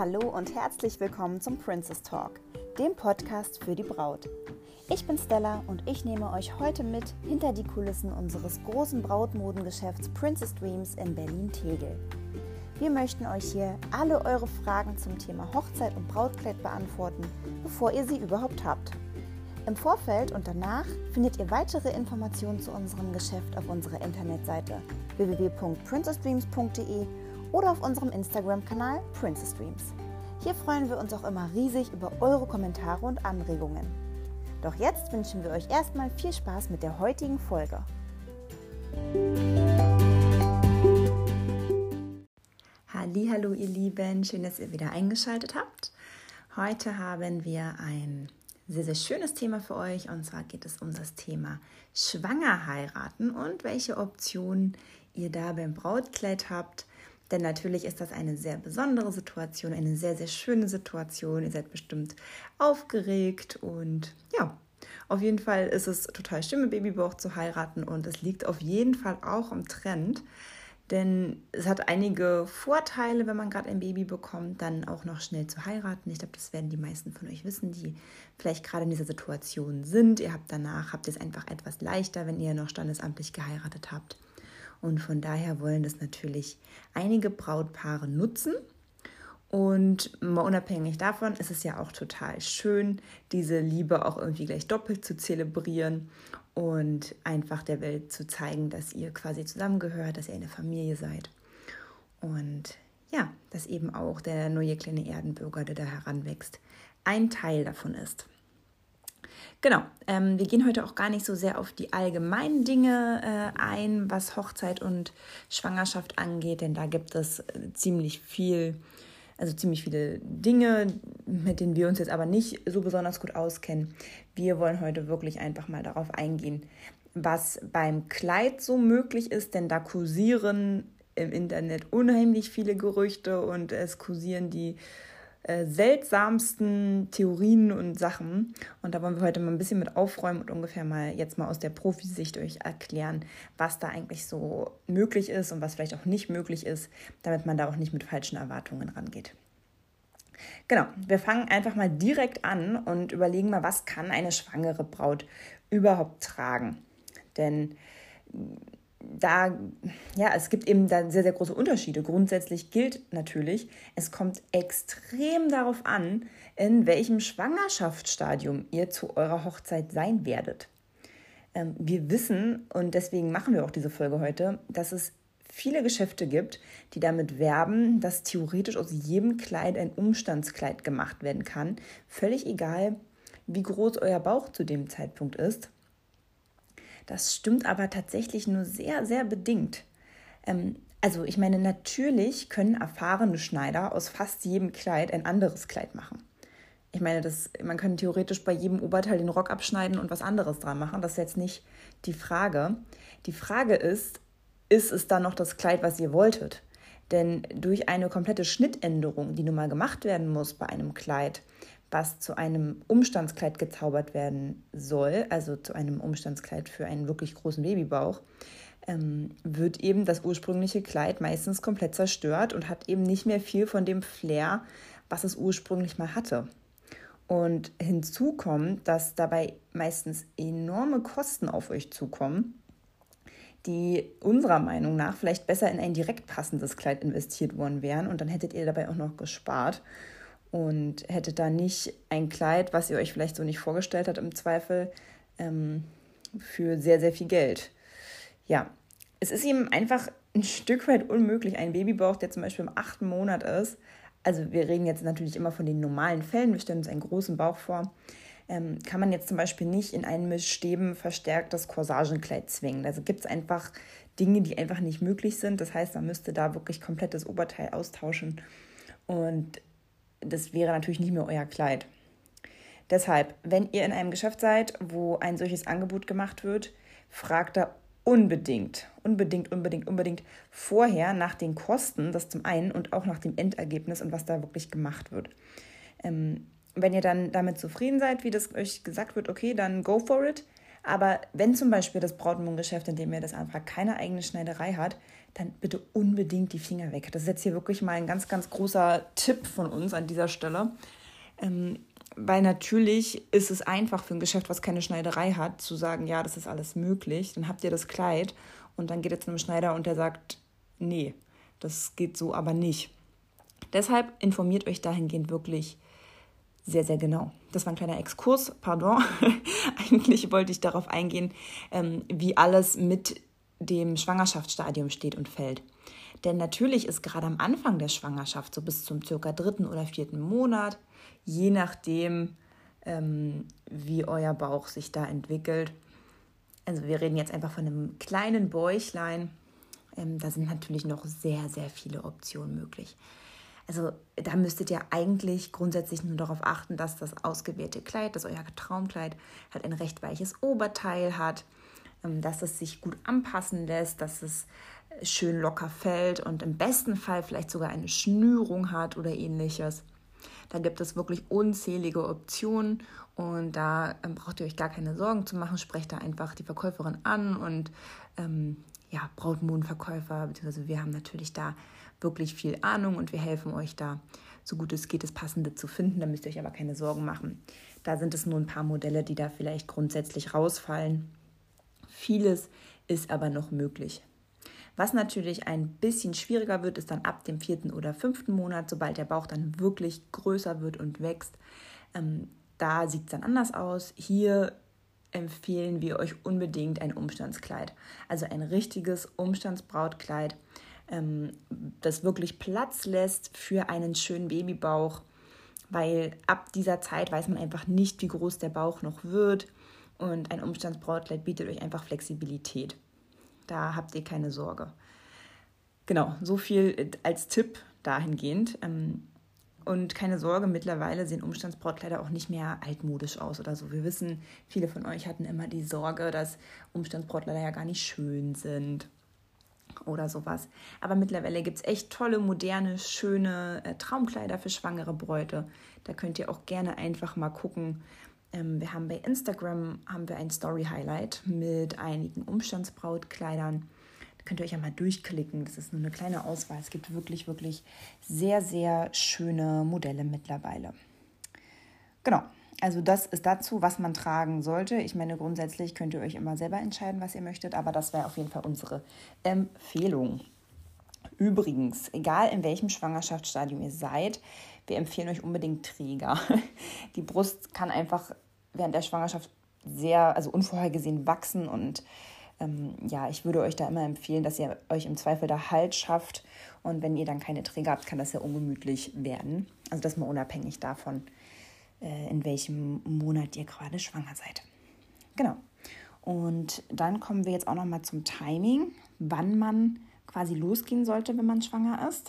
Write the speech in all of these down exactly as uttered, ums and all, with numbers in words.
Hallo und herzlich willkommen zum Princess Talk, dem Podcast für die Braut. Ich bin Stella und ich nehme euch heute mit hinter die Kulissen unseres großen Brautmodengeschäfts Princess Dreams in Berlin-Tegel. Wir möchten euch hier alle eure Fragen zum Thema Hochzeit und Brautkleid beantworten, bevor ihr sie überhaupt habt. Im Vorfeld und danach findet ihr weitere Informationen zu unserem Geschäft auf unserer Internetseite w w w punkt princess dreams punkt d e oder auf unserem Instagram-Kanal Princess Dreams. Hier freuen wir uns auch immer riesig über eure Kommentare und Anregungen. Doch jetzt wünschen wir euch erstmal viel Spaß mit der heutigen Folge. Hallihallo ihr Lieben, schön, dass ihr wieder eingeschaltet habt. Heute haben wir ein sehr, sehr schönes Thema für euch, und zwar geht es um das Thema Schwanger heiraten und welche Optionen ihr da beim Brautkleid habt. Denn natürlich ist das eine sehr besondere Situation, eine sehr, sehr schöne Situation. Ihr seid bestimmt aufgeregt und ja, auf jeden Fall ist es total schön, mit Babybauch zu heiraten, und es liegt auf jeden Fall auch im Trend. Denn es hat einige Vorteile, wenn man gerade ein Baby bekommt, dann auch noch schnell zu heiraten. Ich glaube, das werden die meisten von euch wissen, die vielleicht gerade in dieser Situation sind. Ihr habt danach, habt es einfach etwas leichter, wenn ihr noch standesamtlich geheiratet habt. Und von daher wollen das natürlich einige Brautpaare nutzen. Und mal unabhängig davon ist es ja auch total schön, diese Liebe auch irgendwie gleich doppelt zu zelebrieren und einfach der Welt zu zeigen, dass ihr quasi zusammengehört, dass ihr eine Familie seid. Und ja, dass eben auch der neue kleine Erdenbürger, der da heranwächst, ein Teil davon ist. Genau, ähm, wir gehen heute auch gar nicht so sehr auf die allgemeinen Dinge äh, ein, was Hochzeit und Schwangerschaft angeht, denn da gibt es äh, ziemlich viel, also ziemlich viele Dinge, mit denen wir uns jetzt aber nicht so besonders gut auskennen. Wir wollen heute wirklich einfach mal darauf eingehen, was beim Kleid so möglich ist, denn da kursieren im Internet unheimlich viele Gerüchte und es kursieren die Äh, seltsamsten Theorien und Sachen. Und da wollen wir heute mal ein bisschen mit aufräumen und ungefähr mal jetzt mal aus der Profisicht euch erklären, was da eigentlich so möglich ist und was vielleicht auch nicht möglich ist, damit man da auch nicht mit falschen Erwartungen rangeht. Genau, wir fangen einfach mal direkt an und überlegen mal, was kann eine schwangere Braut überhaupt tragen? Denn Da, ja, es gibt eben da sehr, sehr große Unterschiede. Grundsätzlich gilt natürlich, es kommt extrem darauf an, in welchem Schwangerschaftsstadium ihr zu eurer Hochzeit sein werdet. Ähm, wir wissen, und deswegen machen wir auch diese Folge heute, dass es viele Geschäfte gibt, die damit werben, dass theoretisch aus jedem Kleid ein Umstandskleid gemacht werden kann. Völlig egal, wie groß euer Bauch zu dem Zeitpunkt ist. Das stimmt aber tatsächlich nur sehr, sehr bedingt. Ähm, also ich meine, natürlich können erfahrene Schneider aus fast jedem Kleid ein anderes Kleid machen. Ich meine, das, man kann theoretisch bei jedem Oberteil den Rock abschneiden und was anderes dran machen. Das ist jetzt nicht die Frage. Die Frage ist, ist es dann noch das Kleid, was ihr wolltet? Denn durch eine komplette Schnittänderung, die nun mal gemacht werden muss bei einem Kleid, was zu einem Umstandskleid gezaubert werden soll, also zu einem Umstandskleid für einen wirklich großen Babybauch, ähm, wird eben das ursprüngliche Kleid meistens komplett zerstört und hat eben nicht mehr viel von dem Flair, was es ursprünglich mal hatte. Und hinzu kommt, dass dabei meistens enorme Kosten auf euch zukommen, die unserer Meinung nach vielleicht besser in ein direkt passendes Kleid investiert worden wären, und dann hättet ihr dabei auch noch gespart und hättet da nicht ein Kleid, was ihr euch vielleicht so nicht vorgestellt habt, im Zweifel ähm, für sehr, sehr viel Geld. Ja, es ist eben einfach ein Stück weit unmöglich, ein Babybauch, der zum Beispiel im achten Monat ist, also wir reden jetzt natürlich immer von den normalen Fällen, wir stellen uns einen großen Bauch vor, ähm, kann man jetzt zum Beispiel nicht in ein mit Stäben verstärktes Corsagenkleid zwingen. Also gibt es einfach Dinge, die einfach nicht möglich sind. Das heißt, man müsste da wirklich komplett das Oberteil austauschen, und das wäre natürlich nicht mehr euer Kleid. Deshalb, wenn ihr in einem Geschäft seid, wo ein solches Angebot gemacht wird, fragt da unbedingt, unbedingt, unbedingt, unbedingt vorher nach den Kosten, das zum einen, und auch nach dem Endergebnis und was da wirklich gemacht wird. Ähm, wenn ihr dann damit zufrieden seid, wie das euch gesagt wird, okay, dann go for it. Aber wenn zum Beispiel das Brautmodengeschäft, in dem ihr das anfragt, keine eigene Schneiderei hat, dann bitte unbedingt die Finger weg. Das ist jetzt hier wirklich mal ein ganz, ganz großer Tipp von uns an dieser Stelle. Ähm, weil natürlich ist es einfach für ein Geschäft, was keine Schneiderei hat, zu sagen, ja, das ist alles möglich. Dann habt ihr das Kleid und dann geht ihr zu einem Schneider und der sagt, nee, das geht so aber nicht. Deshalb informiert euch dahingehend wirklich sehr, sehr genau. Das war ein kleiner Exkurs, pardon. Eigentlich wollte ich darauf eingehen, wie alles mit dem Schwangerschaftsstadium steht und fällt. Denn natürlich ist gerade am Anfang der Schwangerschaft, so bis zum circa dritten oder vierten Monat, je nachdem, ähm, wie euer Bauch sich da entwickelt. Also wir reden jetzt einfach von einem kleinen Bäuchlein. Ähm, da sind natürlich noch sehr, sehr viele Optionen möglich. Also da müsstet ihr eigentlich grundsätzlich nur darauf achten, dass das ausgewählte Kleid, dass euer Traumkleid halt ein recht weiches Oberteil hat, ähm, dass es sich gut anpassen lässt, dass es schön locker fällt und im besten Fall vielleicht sogar eine Schnürung hat oder ähnliches. Da gibt es wirklich unzählige Optionen und da ähm, braucht ihr euch gar keine Sorgen zu machen. Sprecht da einfach die Verkäuferin an und ähm, ja, Brautmodenverkäufer, beziehungsweise wir haben natürlich da wirklich viel Ahnung und wir helfen euch da, so gut es geht, das Passende zu finden. Da müsst ihr euch aber keine Sorgen machen. Da sind es nur ein paar Modelle, die da vielleicht grundsätzlich rausfallen. Vieles ist aber noch möglich. Was natürlich ein bisschen schwieriger wird, ist dann ab dem vierten oder fünften Monat, sobald der Bauch dann wirklich größer wird und wächst. Ähm, da sieht es dann anders aus. Hier empfehlen wir euch unbedingt ein Umstandskleid. Also ein richtiges Umstandsbrautkleid, ähm, das wirklich Platz lässt für einen schönen Babybauch, weil ab dieser Zeit weiß man einfach nicht, wie groß der Bauch noch wird. Und ein Umstandsbrautkleid bietet euch einfach Flexibilität. Da habt ihr keine Sorge. Genau, so viel als Tipp dahingehend. Und keine Sorge, mittlerweile sehen Umstandsbrautkleider auch nicht mehr altmodisch aus oder so. Wir wissen, viele von euch hatten immer die Sorge, dass Umstandsbrautkleider ja gar nicht schön sind oder sowas. Aber mittlerweile gibt es echt tolle, moderne, schöne äh, Traumkleider für schwangere Bräute. Da könnt ihr auch gerne einfach mal gucken. Wir haben bei Instagram haben wir ein Story-Highlight mit einigen Umstandsbrautkleidern. Da könnt ihr euch ja mal durchklicken. Das ist nur eine kleine Auswahl. Es gibt wirklich, wirklich sehr, sehr schöne Modelle mittlerweile. Genau, also das ist dazu, was man tragen sollte. Ich meine, grundsätzlich könnt ihr euch immer selber entscheiden, was ihr möchtet, aber das wäre auf jeden Fall unsere Empfehlung. Übrigens, egal in welchem Schwangerschaftsstadium ihr seid, wir empfehlen euch unbedingt Träger. Die Brust kann einfach während der Schwangerschaft sehr, also unvorhergesehen wachsen und ähm, ja, ich würde euch da immer empfehlen, dass ihr euch im Zweifel da Halt schafft und wenn ihr dann keine Träger habt, kann das ja ungemütlich werden. Also das mal unabhängig davon, äh, in welchem Monat ihr gerade schwanger seid. Genau. Und dann kommen wir jetzt auch nochmal zum Timing, wann man quasi losgehen sollte, wenn man schwanger ist.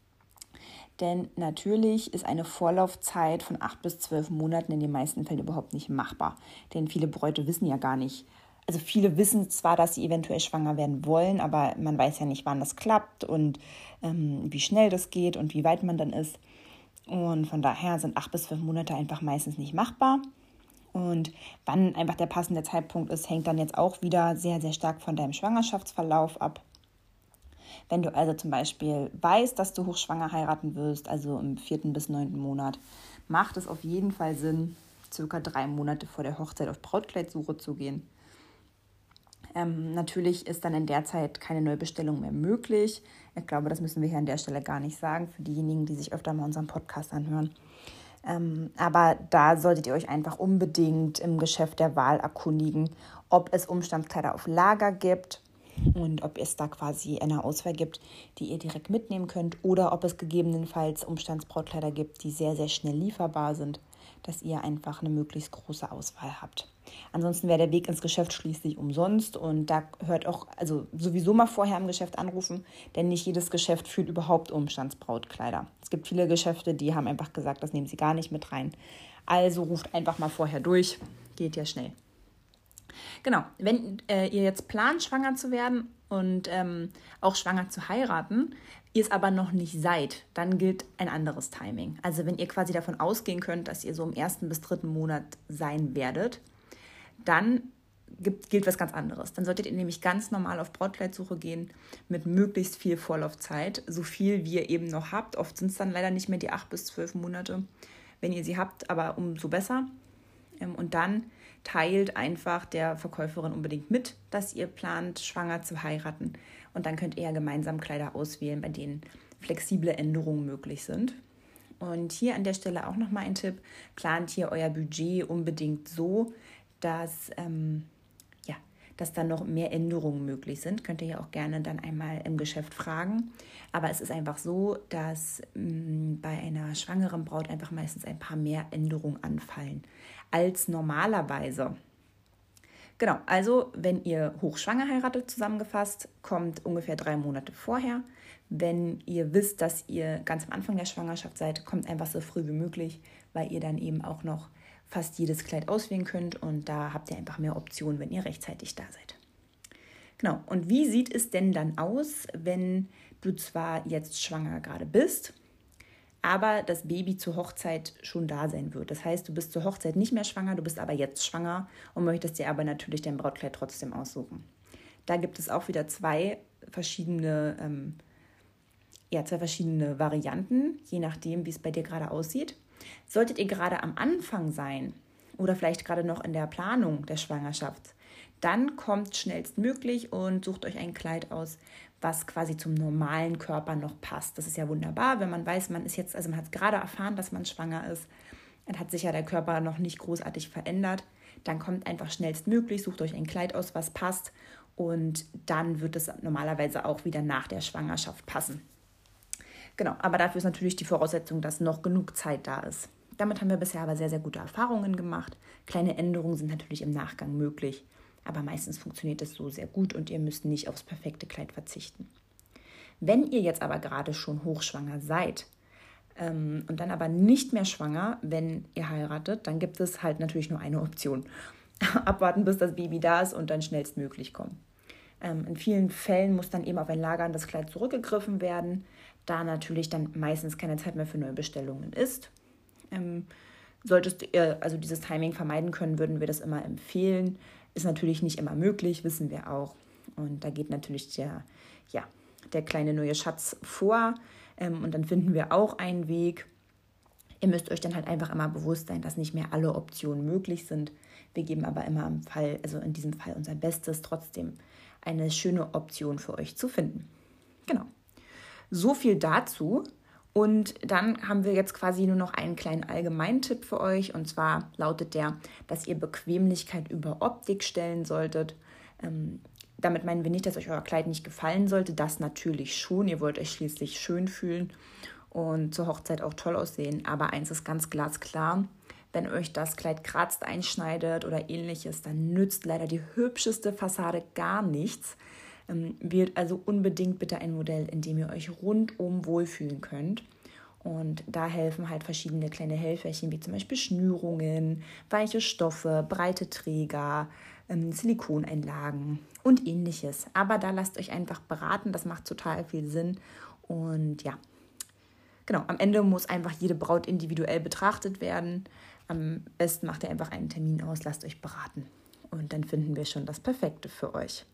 Denn natürlich ist eine Vorlaufzeit von acht bis zwölf Monaten in den meisten Fällen überhaupt nicht machbar. Denn viele Bräute wissen ja gar nicht, also viele wissen zwar, dass sie eventuell schwanger werden wollen, aber man weiß ja nicht, wann das klappt und ähm, wie schnell das geht und wie weit man dann ist. Und von daher sind acht bis zwölf Monate einfach meistens nicht machbar. Und wann einfach der passende Zeitpunkt ist, hängt dann jetzt auch wieder sehr, sehr stark von deinem Schwangerschaftsverlauf ab. Wenn du also zum Beispiel weißt, dass du hochschwanger heiraten wirst, also im vierten bis neunten Monat, macht es auf jeden Fall Sinn, circa drei Monate vor der Hochzeit auf Brautkleidsuche zu gehen. Ähm, natürlich ist dann in der Zeit keine Neubestellung mehr möglich. Ich glaube, das müssen wir hier an der Stelle gar nicht sagen, für diejenigen, die sich öfter mal unseren Podcast anhören. Ähm, aber da solltet ihr euch einfach unbedingt im Geschäft der Wahl erkundigen, ob es Umstandskleider auf Lager gibt und ob es da quasi eine Auswahl gibt, die ihr direkt mitnehmen könnt oder ob es gegebenenfalls Umstandsbrautkleider gibt, die sehr, sehr schnell lieferbar sind, dass ihr einfach eine möglichst große Auswahl habt. Ansonsten wäre der Weg ins Geschäft schließlich umsonst und da hört auch, also sowieso mal vorher im Geschäft anrufen, denn nicht jedes Geschäft führt überhaupt Umstandsbrautkleider. Es gibt viele Geschäfte, die haben einfach gesagt, das nehmen sie gar nicht mit rein. Also ruft einfach mal vorher durch, geht ja schnell. Genau, wenn äh, ihr jetzt plant, schwanger zu werden und ähm, auch schwanger zu heiraten, ihr es aber noch nicht seid, dann gilt ein anderes Timing. Also wenn ihr quasi davon ausgehen könnt, dass ihr so im ersten bis dritten Monat sein werdet, dann gibt, gilt was ganz anderes. Dann solltet ihr nämlich ganz normal auf Brautkleidsuche gehen mit möglichst viel Vorlaufzeit, so viel wie ihr eben noch habt. Oft sind es dann leider nicht mehr die acht bis zwölf Monate, wenn ihr sie habt, aber umso besser. Und dann teilt einfach der Verkäuferin unbedingt mit, dass ihr plant, schwanger zu heiraten. Und dann könnt ihr ja gemeinsam Kleider auswählen, bei denen flexible Änderungen möglich sind. Und hier an der Stelle auch nochmal ein Tipp: Plant hier euer Budget unbedingt so, dass, ähm, ja, dass dann noch mehr Änderungen möglich sind. Könnt ihr ja auch gerne dann einmal im Geschäft fragen. Aber es ist einfach so, dass mh, bei einer schwangeren Braut einfach meistens ein paar mehr Änderungen anfallen als normalerweise. Genau, also wenn ihr hochschwanger heiratet, zusammengefasst, kommt ungefähr drei Monate vorher. Wenn ihr wisst, dass ihr ganz am Anfang der Schwangerschaft seid, kommt einfach so früh wie möglich, weil ihr dann eben auch noch fast jedes Kleid auswählen könnt und da habt ihr einfach mehr Optionen, wenn ihr rechtzeitig da seid. Genau, und wie sieht es denn dann aus, wenn du zwar jetzt schwanger gerade bist, aber das Baby zur Hochzeit schon da sein wird? Das heißt, du bist zur Hochzeit nicht mehr schwanger, du bist aber jetzt schwanger und möchtest dir aber natürlich dein Brautkleid trotzdem aussuchen. Da gibt es auch wieder zwei verschiedene, ähm, ja, zwei verschiedene Varianten, je nachdem, wie es bei dir gerade aussieht. Solltet ihr gerade am Anfang sein oder vielleicht gerade noch in der Planung der Schwangerschaft, dann kommt schnellstmöglich und sucht euch ein Kleid aus, was quasi zum normalen Körper noch passt. Das ist ja wunderbar, wenn man weiß, man ist jetzt, also man hat gerade erfahren, dass man schwanger ist, dann hat sich ja der Körper noch nicht großartig verändert. Dann kommt einfach schnellstmöglich, sucht euch ein Kleid aus, was passt, und dann wird es normalerweise auch wieder nach der Schwangerschaft passen. Genau, aber dafür ist natürlich die Voraussetzung, dass noch genug Zeit da ist. Damit haben wir bisher aber sehr, sehr gute Erfahrungen gemacht. Kleine Änderungen sind natürlich im Nachgang möglich, aber meistens funktioniert es so sehr gut und ihr müsst nicht aufs perfekte Kleid verzichten. Wenn ihr jetzt aber gerade schon hochschwanger seid ähm, und dann aber nicht mehr schwanger, wenn ihr heiratet, dann gibt es halt natürlich nur eine Option. Abwarten, bis das Baby da ist und dann schnellstmöglich kommen. Ähm, in vielen Fällen muss dann eben auf ein lagerndes Kleid zurückgegriffen werden, da natürlich dann meistens keine Zeit mehr für neue Bestellungen ist. Ähm, solltest du also dieses Timing vermeiden können, würden wir das immer empfehlen. Ist natürlich nicht immer möglich, wissen wir auch. Und da geht natürlich der, ja, der kleine neue Schatz vor. Ähm, und dann finden wir auch einen Weg. Ihr müsst euch dann halt einfach immer bewusst sein, dass nicht mehr alle Optionen möglich sind. Wir geben aber immer im Fall, also in diesem Fall unser Bestes, trotzdem eine schöne Option für euch zu finden. Genau. So viel dazu. Und dann haben wir jetzt quasi nur noch einen kleinen Allgemeintipp für euch. Und zwar lautet der, dass ihr Bequemlichkeit über Optik stellen solltet. Ähm, damit meinen wir nicht, dass euch euer Kleid nicht gefallen sollte. Das natürlich schon. Ihr wollt euch schließlich schön fühlen und zur Hochzeit auch toll aussehen. Aber eins ist ganz glasklar: Wenn euch das Kleid kratzt, einschneidet oder ähnliches, dann nützt leider die hübscheste Fassade gar nichts. Wählt also unbedingt bitte ein Modell, in dem ihr euch rundum wohlfühlen könnt. Und da helfen halt verschiedene kleine Helferchen, wie zum Beispiel Schnürungen, weiche Stoffe, breite Träger, Silikoneinlagen und ähnliches. Aber da lasst euch einfach beraten, das macht total viel Sinn. Und ja, genau, am Ende muss einfach jede Braut individuell betrachtet werden. Am besten macht ihr einfach einen Termin aus, lasst euch beraten. Und dann finden wir schon das Perfekte für euch.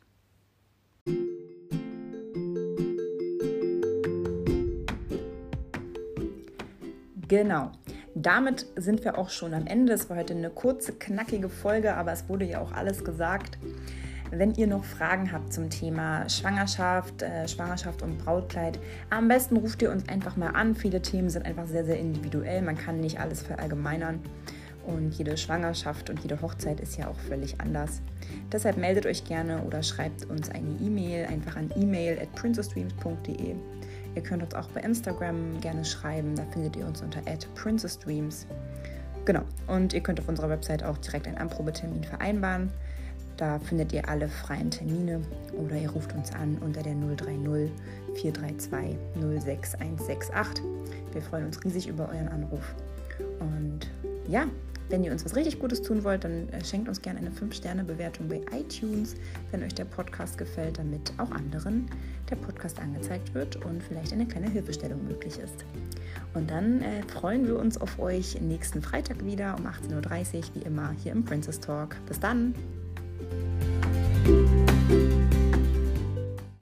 Genau, damit sind wir auch schon am Ende. Es war heute eine kurze, knackige Folge, aber es wurde ja auch alles gesagt. Wenn ihr noch Fragen habt zum Thema Schwangerschaft, äh, Schwangerschaft und Brautkleid, am besten ruft ihr uns einfach mal an. Viele Themen sind einfach sehr, sehr individuell. Man kann nicht alles verallgemeinern. Und jede Schwangerschaft und jede Hochzeit ist ja auch völlig anders. Deshalb meldet euch gerne oder schreibt uns eine E-Mail, einfach an e mail at princessdreams punkt de. Ihr könnt uns auch bei Instagram gerne schreiben, da findet ihr uns unter at princessdreams. Genau, und ihr könnt auf unserer Website auch direkt einen Anprobetermin vereinbaren. Da findet ihr alle freien Termine oder ihr ruft uns an unter der null drei null, vier drei zwei, null sechs eins sechs acht. Wir freuen uns riesig über euren Anruf. Und ja, wenn ihr uns was richtig Gutes tun wollt, dann schenkt uns gerne eine fünf Sterne Bewertung bei iTunes, wenn euch der Podcast gefällt, damit auch anderen der Podcast angezeigt wird und vielleicht eine kleine Hilfestellung möglich ist. Und dann äh, freuen wir uns auf euch nächsten Freitag wieder um achtzehn Uhr dreißig, wie immer hier im Princess Talk. Bis dann! Ciao.